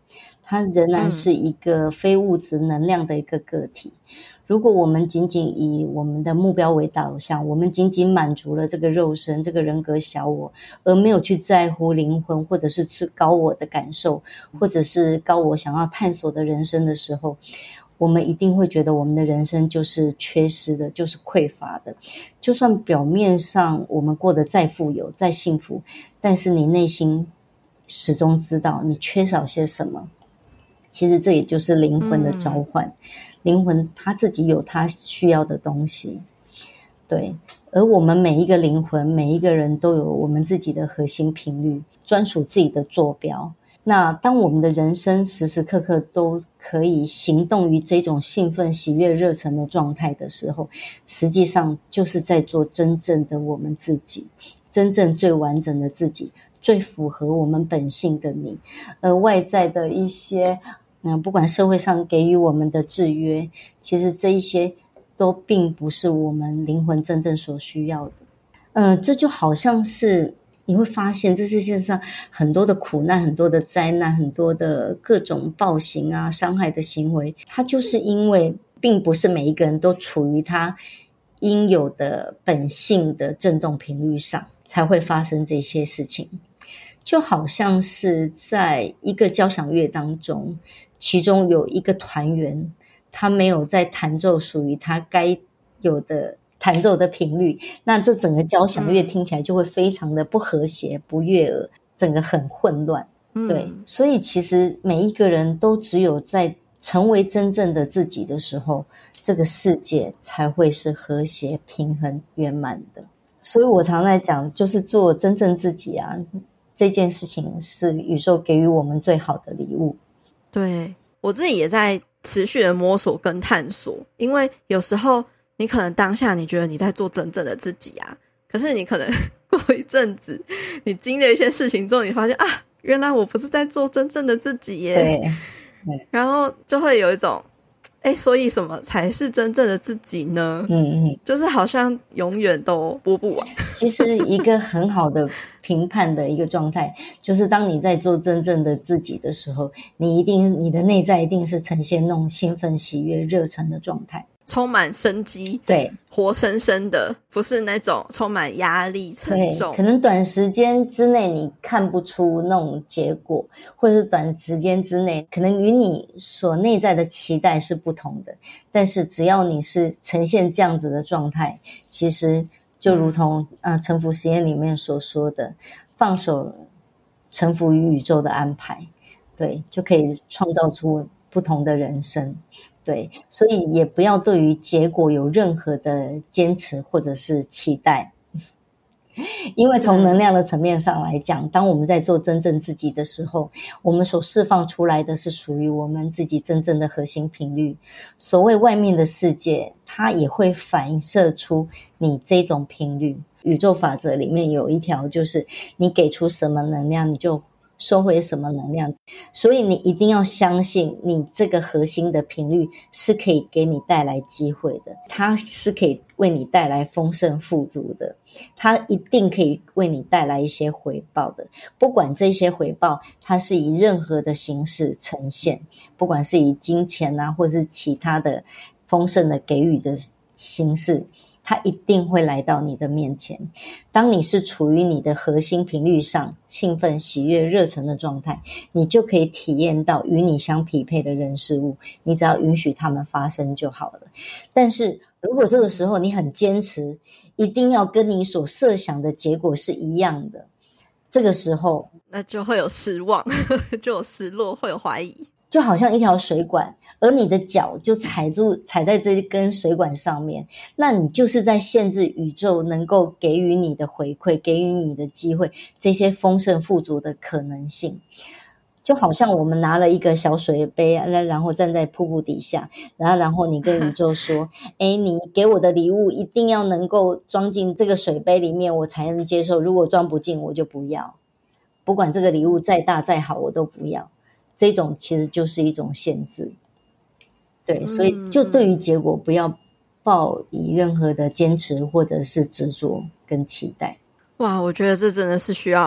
它仍然是一个非物质能量的一个个体。如果我们仅仅以我们的目标为导向，我们仅仅满足了这个肉身这个人格小我，而没有去在乎灵魂或者是高我的感受，或者是高我想要探索的人生的时候，我们一定会觉得我们的人生就是缺失的，就是匮乏的。就算表面上我们过得再富有再幸福，但是你内心始终知道你缺少些什么。其实这也就是灵魂的召唤，灵魂它自己有它需要的东西。对，而我们每一个灵魂每一个人都有我们自己的核心频率，专属自己的坐标。那当我们的人生时时刻刻都可以行动于这种兴奋喜悦热忱的状态的时候，实际上就是在做真正的我们自己，真正最完整的自己，最符合我们本性的你。而外在的一些不管社会上给予我们的制约，其实这一些都并不是我们灵魂真正所需要的。这就好像是你会发现这世界上很多的苦难，很多的灾难，很多的各种暴行啊伤害的行为，它就是因为并不是每一个人都处于他应有的本性的振动频率上才会发生这些事情。就好像是在一个交响乐当中，其中有一个团员他没有在弹奏属于他该有的弹奏的频率，那这整个交响乐听起来就会非常的不和谐不悦耳，整个很混乱。对，所以其实每一个人都只有在成为真正的自己的时候，这个世界才会是和谐平衡圆满的。所以我常在讲，就是做真正自己啊，这件事情是宇宙给予我们最好的礼物。 对，我自己也在持续的摸索跟探索，因为有时候你可能当下你觉得你在做真正的自己啊，可是你可能过一阵子你经历一些事情之后，你发现啊，原来我不是在做真正的自己耶。 对， 然后就会有一种所以什么才是真正的自己呢？就是好像永远都播不完。 其实一个很好的评判的一个状态，就是当你在做真正的自己的时候，你的内在一定是呈现那种兴奋喜悦热忱的状态， 充满生机， 对， 活生生的，不是那种充满压力沉重。 可能短时间之内你看不出那种结果，或者是短时间之内可能与你所内在的期待是不同的，但是只要你是呈现这样子的状态，其实就如同臣服实验里面所说的，放手臣服于宇宙的安排，对，就可以创造出不同的人生。对，所以也不要对于结果有任何的坚持或者是期待。因为从能量的层面上来讲，当我们在做真正自己的时候，我们所释放出来的是属于我们自己真正的核心频率。所谓外面的世界，它也会反射出你这种频率。宇宙法则里面有一条，就是你给出什么能量，你就收回什么能量。所以你一定要相信你这个核心的频率是可以给你带来机会的，它是可以为你带来丰盛富足的，它一定可以为你带来一些回报的。不管这些回报它是以任何的形式呈现，不管是以金钱啊，或是其他的丰盛的给予的形式，它一定会来到你的面前。当你是处于你的核心频率上，兴奋喜悦热忱的状态，你就可以体验到与你相匹配的人事物，你只要允许它们发生就好了。但是如果这个时候你很坚持一定要跟你所设想的结果是一样的，这个时候那就会有失望就有失落，会有怀疑。 就好像一条水管，而你的脚就踩在这根水管上面，那你就是在限制宇宙能够给予你的回馈，给予你的机会，这些丰盛富足的可能性。就好像我们拿了一个小水杯，然后站在瀑布底下，然后你跟宇宙说你给我的礼物一定要能够装进这个水杯里面，我才能接受，如果装不进我就不要，不管这个礼物再大再好我都不要。这种其实就是一种限制。对，所以就对于结果不要抱以任何的坚持或者是执着跟期待。 哇，我觉得这真的是需要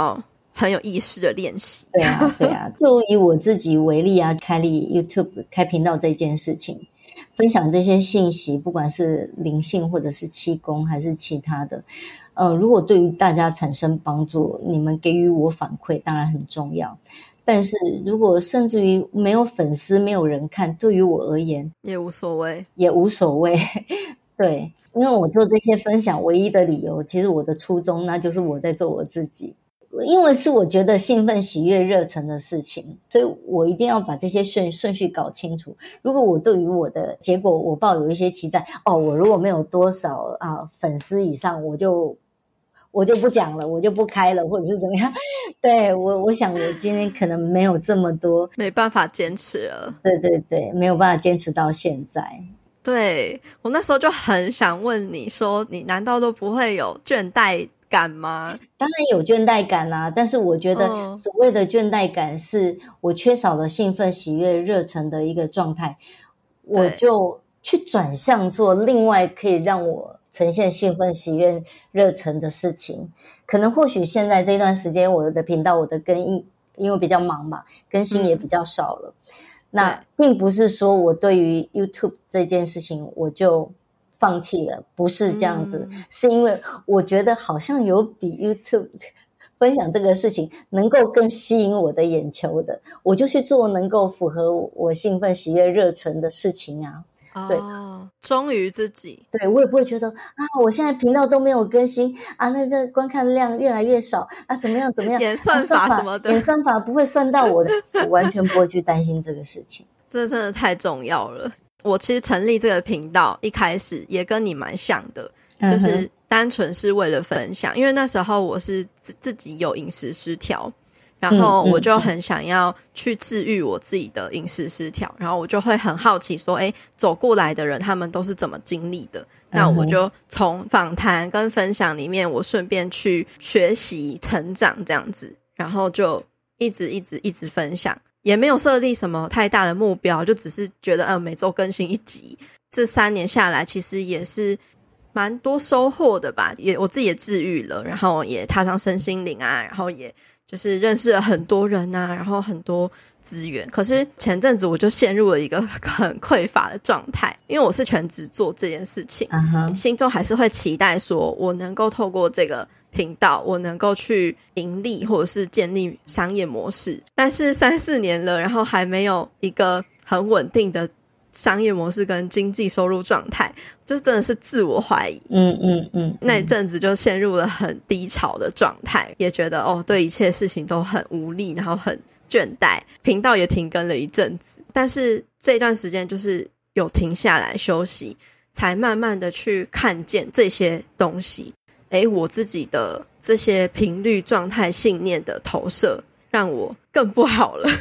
很有意识的练习。 对啊对啊，就以我自己为例啊，开立 YouTube 开频道这件事情，分享这些信息，不管是灵性或者是气功还是其他的，如果对于大家产生帮助，你们给予我反馈当然很重要，但是如果甚至于没有粉丝没有人看，对于我而言也无所谓。 也无所谓对，因为我做这些分享唯一的理由，其实我的初衷那就是我在做我自己，因为是我觉得兴奋喜悦热忱的事情，所以我一定要把这些顺序搞清楚。如果我对于我的结果我抱有一些期待，我如果没有多少粉丝以上，我就不讲了，我就不开了，或者是怎么样。对，我想我今天可能没有这么多， 没办法坚持了。 对对对，没有办法坚持到现在。 对，我那时候就很想问你说，你难道都不会有倦怠感吗？ 当然有倦怠感啊，但是我觉得所谓的倦怠感是我缺少了兴奋喜悦热忱的一个状态，我就去转向做另外可以让我呈现兴奋喜悦热忱的事情。可能或许现在这段时间我的频道我的因为比较忙嘛，更新也比较少了，那并不是说我对于 YouTube 这件事情我就放弃了，不是这样子，是因为我觉得好像有比 YouTube 分享这个事情能够更吸引我的眼球的，我就去做能够符合我兴奋喜悦热忱的事情啊。对， 忠于自己。 对，我也不会觉得我现在频道都没有更新那这观看量越来越少怎么样演算法什么的， 演算法不会算到我的，我完全不会去担心这个事情。 这真的太重要了。我其实成立这个频道一开始也跟你蛮像的，就是单纯是为了分享，因为那时候我是自己有饮食失调，然后我就很想要去治愈我自己的饮食失调，然后我就会很好奇说走过来的人他们都是怎么经历的，那我就从访谈跟分享里面我顺便去学习成长这样子，然后就一直分享，也没有设立什么太大的目标，就只是觉得每周更新一集。这3年下来其实也是蛮多收获的吧，我自己也治愈了，然后也踏上身心灵然后也就是认识了很多人然后很多资源。可是前阵子我就陷入了一个很匮乏的状态，因为我是全职做这件事情，心中还是会期待说我能够透过这个频道我能够去盈利或者是建立商业模式，但是3-4年了，然后还没有一个很稳定的商业模式跟经济收入状态，就真的是自我怀疑。那一阵子就陷入了很低潮的状态，也觉得对一切事情都很无力，然后很倦怠，频道也停更了一阵子，但是这段时间就是有停下来休息，才慢慢的去看见这些东西，我自己的这些频率状态信念的投射让我更不好了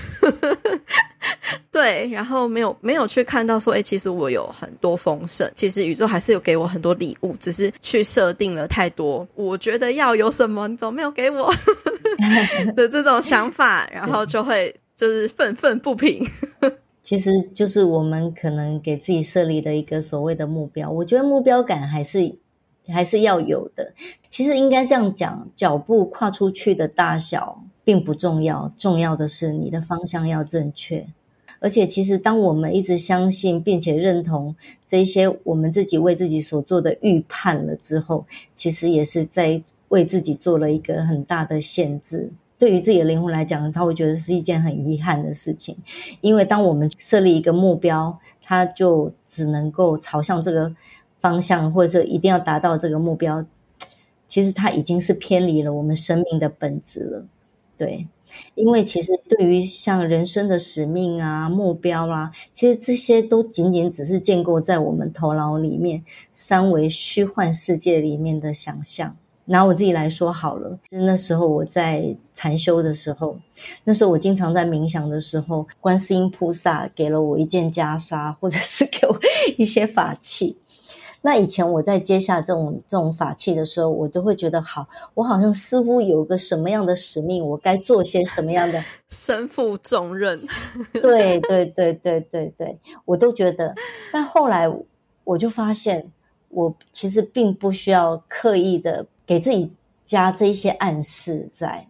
对，然后没有去看到说其实我有很多丰盛，其实宇宙还是有给我很多礼物，只是去设定了太多我觉得要有什么你怎么没有给我的这种想法，然后就会就是愤愤不平其实就是我们可能给自己设立的一个所谓的目标，我觉得目标感还是要有的。其实应该这样讲，脚步跨出去的大小并不重要，重要的是你的方向要正确。而且其实当我们一直相信并且认同这些我们自己为自己所做的预判了之后，其实也是在为自己做了一个很大的限制。对于自己的灵魂来讲，他会觉得是一件很遗憾的事情，因为当我们设立一个目标，他就只能够朝向这个方向，或者是一定要达到这个目标，其实它已经是偏离了我们生命的本质了。对，因为其实对于像人生的使命目标其实这些都仅仅只是建构在我们头脑里面三维虚幻世界里面的想象。拿我自己来说好了，那时候我在禅修的时候，那时候我经常在冥想的时候，观世音菩萨给了我一件袈裟，或者是给我一些法器。那以前我在接下这种法器的时候，我就会觉得我好像似乎有个什么样的使命，我该做些什么样的身负重任对，我都觉得。但后来我就发现，我其实并不需要刻意的给自己加这些暗示在，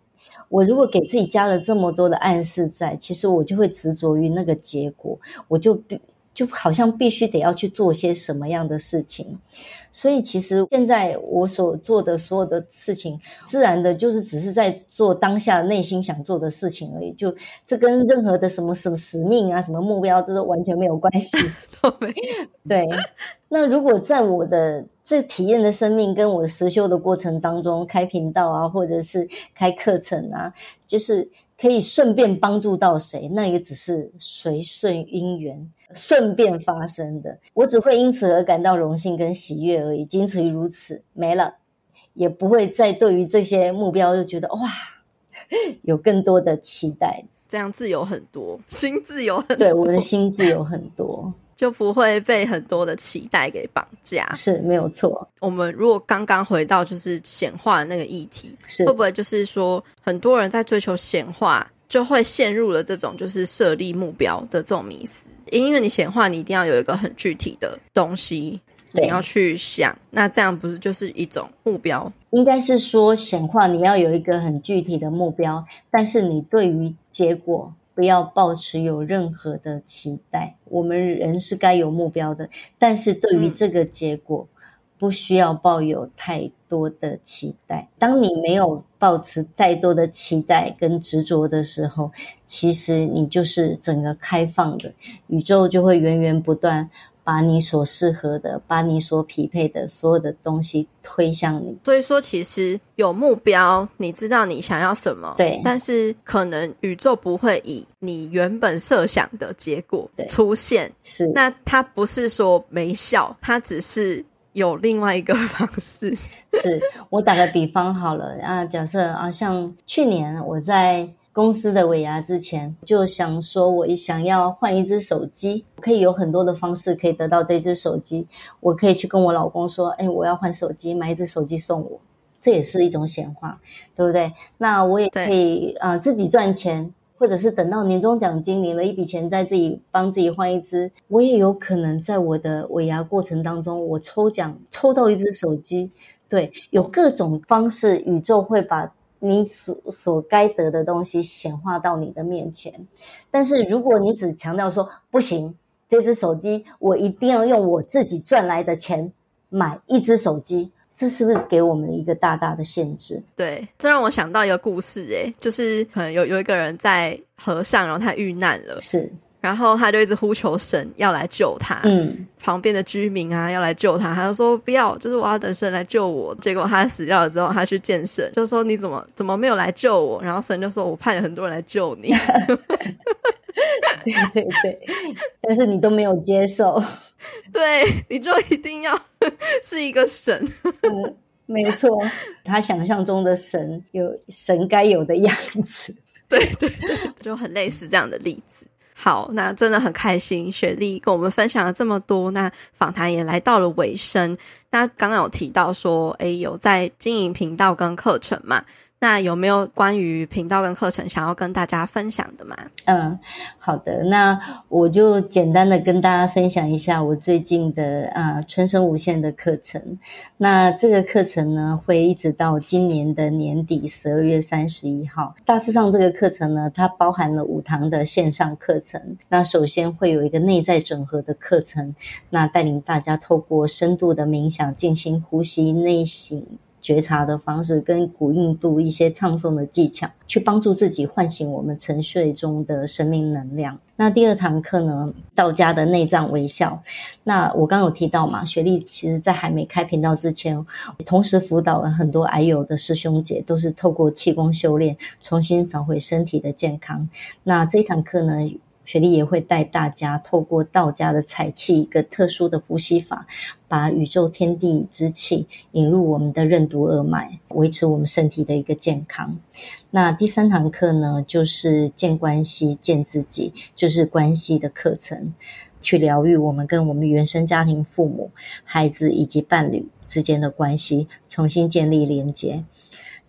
我如果给自己加了这么多的暗示在，其实我就会执着于那个结果，我就好像必须得要去做些什么样的事情。所以其实现在我所做的所有的事情，自然的就是只是在做当下内心想做的事情而已，就这跟任何的什么使命啊什么目标这都完全没有关系。对，那如果在我的这体验的生命跟我的实修的过程当中，开频道啊或者是开课程啊，就是可以顺便帮助到谁，那也只是随顺因缘顺便发生的，我只会因此而感到荣幸跟喜悦而已，仅此于如此，没了，也不会再对于这些目标就觉得哇有更多的期待， 这样自由很多，心自由很多， 对，我的心自由很多， 就不会被很多的期待给绑架， 是没有错。我们如果刚刚回到就是显化的那个议题， 是会不会就是说很多人在追求显化就会陷入了这种就是设立目标的这种迷思，因为你显化你一定要有一个很具体的东西你要去想，那这样不是就是一种目标？ 应该是说显化你要有一个很具体的目标，但是你对于结果不要抱持有任何的期待。我们人是该有目标的，但是对于这个结果不需要抱有太多的期待。当你没有抱持太多的期待跟执着的时候，其实你就是整个开放的，宇宙就会源源不断把你所适合的，把你所匹配的所有的东西推向你。 所以说其实有目标，你知道你想要什么， 对， 但是可能宇宙不会以你原本设想的结果出现， 是， 那它不是说没效，它只是有另外一个方式。 是，我打个比方好了啊，假设啊，像去年我在公司的尾牙之前就想说我想要换一只手机，可以有很多的方式可以得到这只手机，我可以去跟我老公说我要换手机，买一只手机送我，这也是一种显化，对不对？那我也可以自己赚钱，或者是等到年终奖金领了一笔钱再自己帮自己换一只，我也有可能在我的尾牙过程当中我抽奖抽到一只手机。对，有各种方式，宇宙会把你所该得的东西显化到你的面前。但是如果你只强调说不行，这只手机我一定要用我自己赚来的钱买一只手机，这是不是给我们一个大大的限制？ 对，这让我想到一个故事就是可能有一个人在河上，然后他遇难了， 是， 然后他就一直呼求神要来救他，旁边的居民啊要来救他，他就说不要，就是我要等神来救我。结果他死掉了之后，他去见神，就说你怎么没有来救我？然后神就说我派了很多人来救你。 对对对，但是你都没有接受。 对，你就一定要是一个神。 没错，他想象中的神有神该有的样子。 对对对，就很类似这样的例子。好，那真的很开心雪莉跟我们分享了这么多，那访谈也来到了尾声。那刚刚有提到说有在经营频道跟课程嘛，那有没有关于频道跟课程想要跟大家分享的吗？ 好的，那我就简单的跟大家分享一下我最近的春生无限的课程。那这个课程呢会一直到今年的年底12月31号。大致上这个课程呢它包含了5堂的线上课程。那首先会有一个内在整合的课程，那带领大家透过深度的冥想、静心、呼吸、内省觉察的方式跟古印度一些唱诵的技巧，去帮助自己唤醒我们沉睡中的生命能量。那第2堂课呢，道家的内脏微笑。那我刚有提到嘛，雪莉其实在还没开频道之前，同时辅导了很多癌友的师兄姐，都是透过气功修炼重新找回身体的健康。那这一堂课呢，雪莉也会带大家透过道家的采气一个特殊的呼吸法，把宇宙天地之气引入我们的任督二脉，维持我们身体的一个健康。那第3堂课呢，就是见关系见自己，就是关系的课程，去疗愈我们跟我们原生家庭、父母、孩子以及伴侣之间的关系，重新建立连结。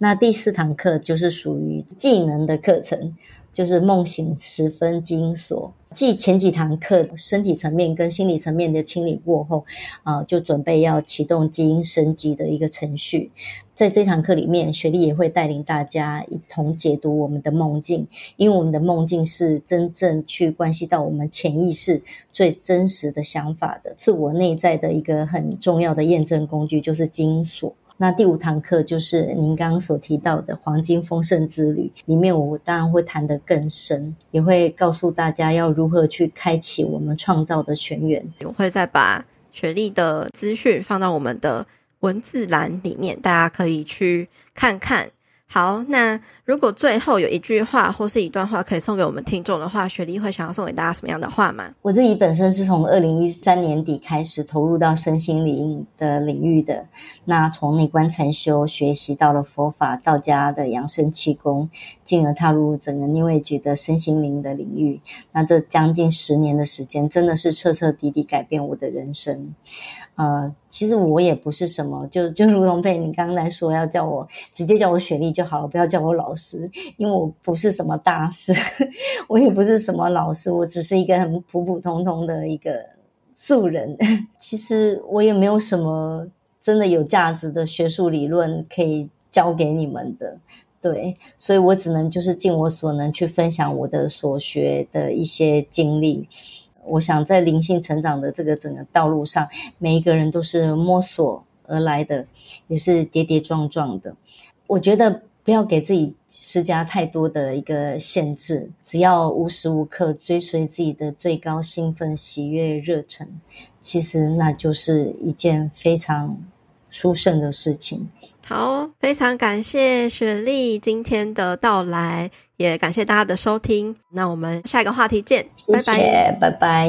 那第4堂课就是属于技能的课程，就是梦醒时分基因锁。继前几堂课身体层面跟心理层面的清理过后，就准备要启动基因升级的一个程序。在这堂课里面，雪莉也会带领大家一同解读我们的梦境，因为我们的梦境是真正去关系到我们潜意识最真实的想法的，自我内在的一个很重要的验证工具就是基因锁。那第5堂课就是您刚刚所提到的黄金丰盛之旅，里面我当然会谈得更深，也会告诉大家要如何去开启我们创造的泉源。 我会再把雪莉的资讯放到我们的文字栏里面，大家可以去看看。好，那如果最后有一句话或是一段话可以送给我们听众的话，雪莉会想要送给大家什么样的话吗？ 我自己本身是从2013年底开始投入到身心灵的领域的，那从内观禅修学习到了佛法道家的养生气功，进而踏入整个 New Age 的身心灵的领域。那这将近10年的时间真的是彻彻底底改变我的人生。其实我也不是什么，就如同佩你刚才说要叫我直接叫我雪莉就好了，不要叫我老师，因为我不是什么大师，我也不是什么老师，我只是一个很普普通通的一个素人。其实我也没有什么真的有价值的学术理论可以教给你们的，对，所以我只能就是尽我所能去分享我的所学的一些经历。我想在灵性成长的这个整个道路上，每一个人都是摸索而来的，也是跌跌撞撞的。我觉得不要给自己施加太多的一个限制，只要无时无刻追随自己的最高兴奋、喜悦、热忱，其实那就是一件非常殊胜的事情。 好，非常感谢雪莉今天的到来，也感谢大家的收听。那我们下一个话题见， 谢谢，拜拜。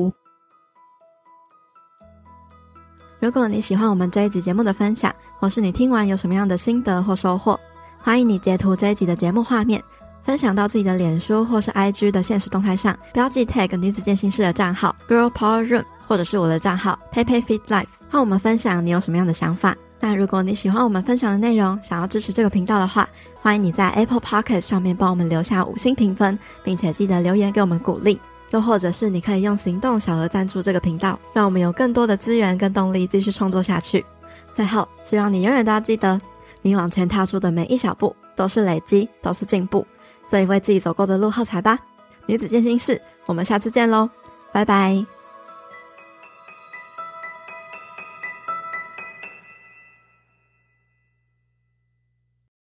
如果你喜欢我们这一集节目的分享，或是你听完有什么样的心得或收获，欢迎你截图这一集的节目画面，分享到自己的脸书或是 IG 的限时动态上，标记 tag 女子健心室的账号 Girl Power Room， 或者是我的账号 PayPay Fit Life， 和我们分享你有什么样的想法。那如果你喜欢我们分享的内容，想要支持这个频道的话，欢迎你在 Apple Podcast 上面帮我们留下5星评分，并且记得留言给我们鼓励。又或者是你可以用行动小额赞助这个频道，让我们有更多的资源跟动力继续创作下去。最后，希望你永远都要记得，你往前踏出的每一小步都是累积，都是进步，所以为自己走过的路喝彩吧。女子健心室，我们下次见咯，拜拜。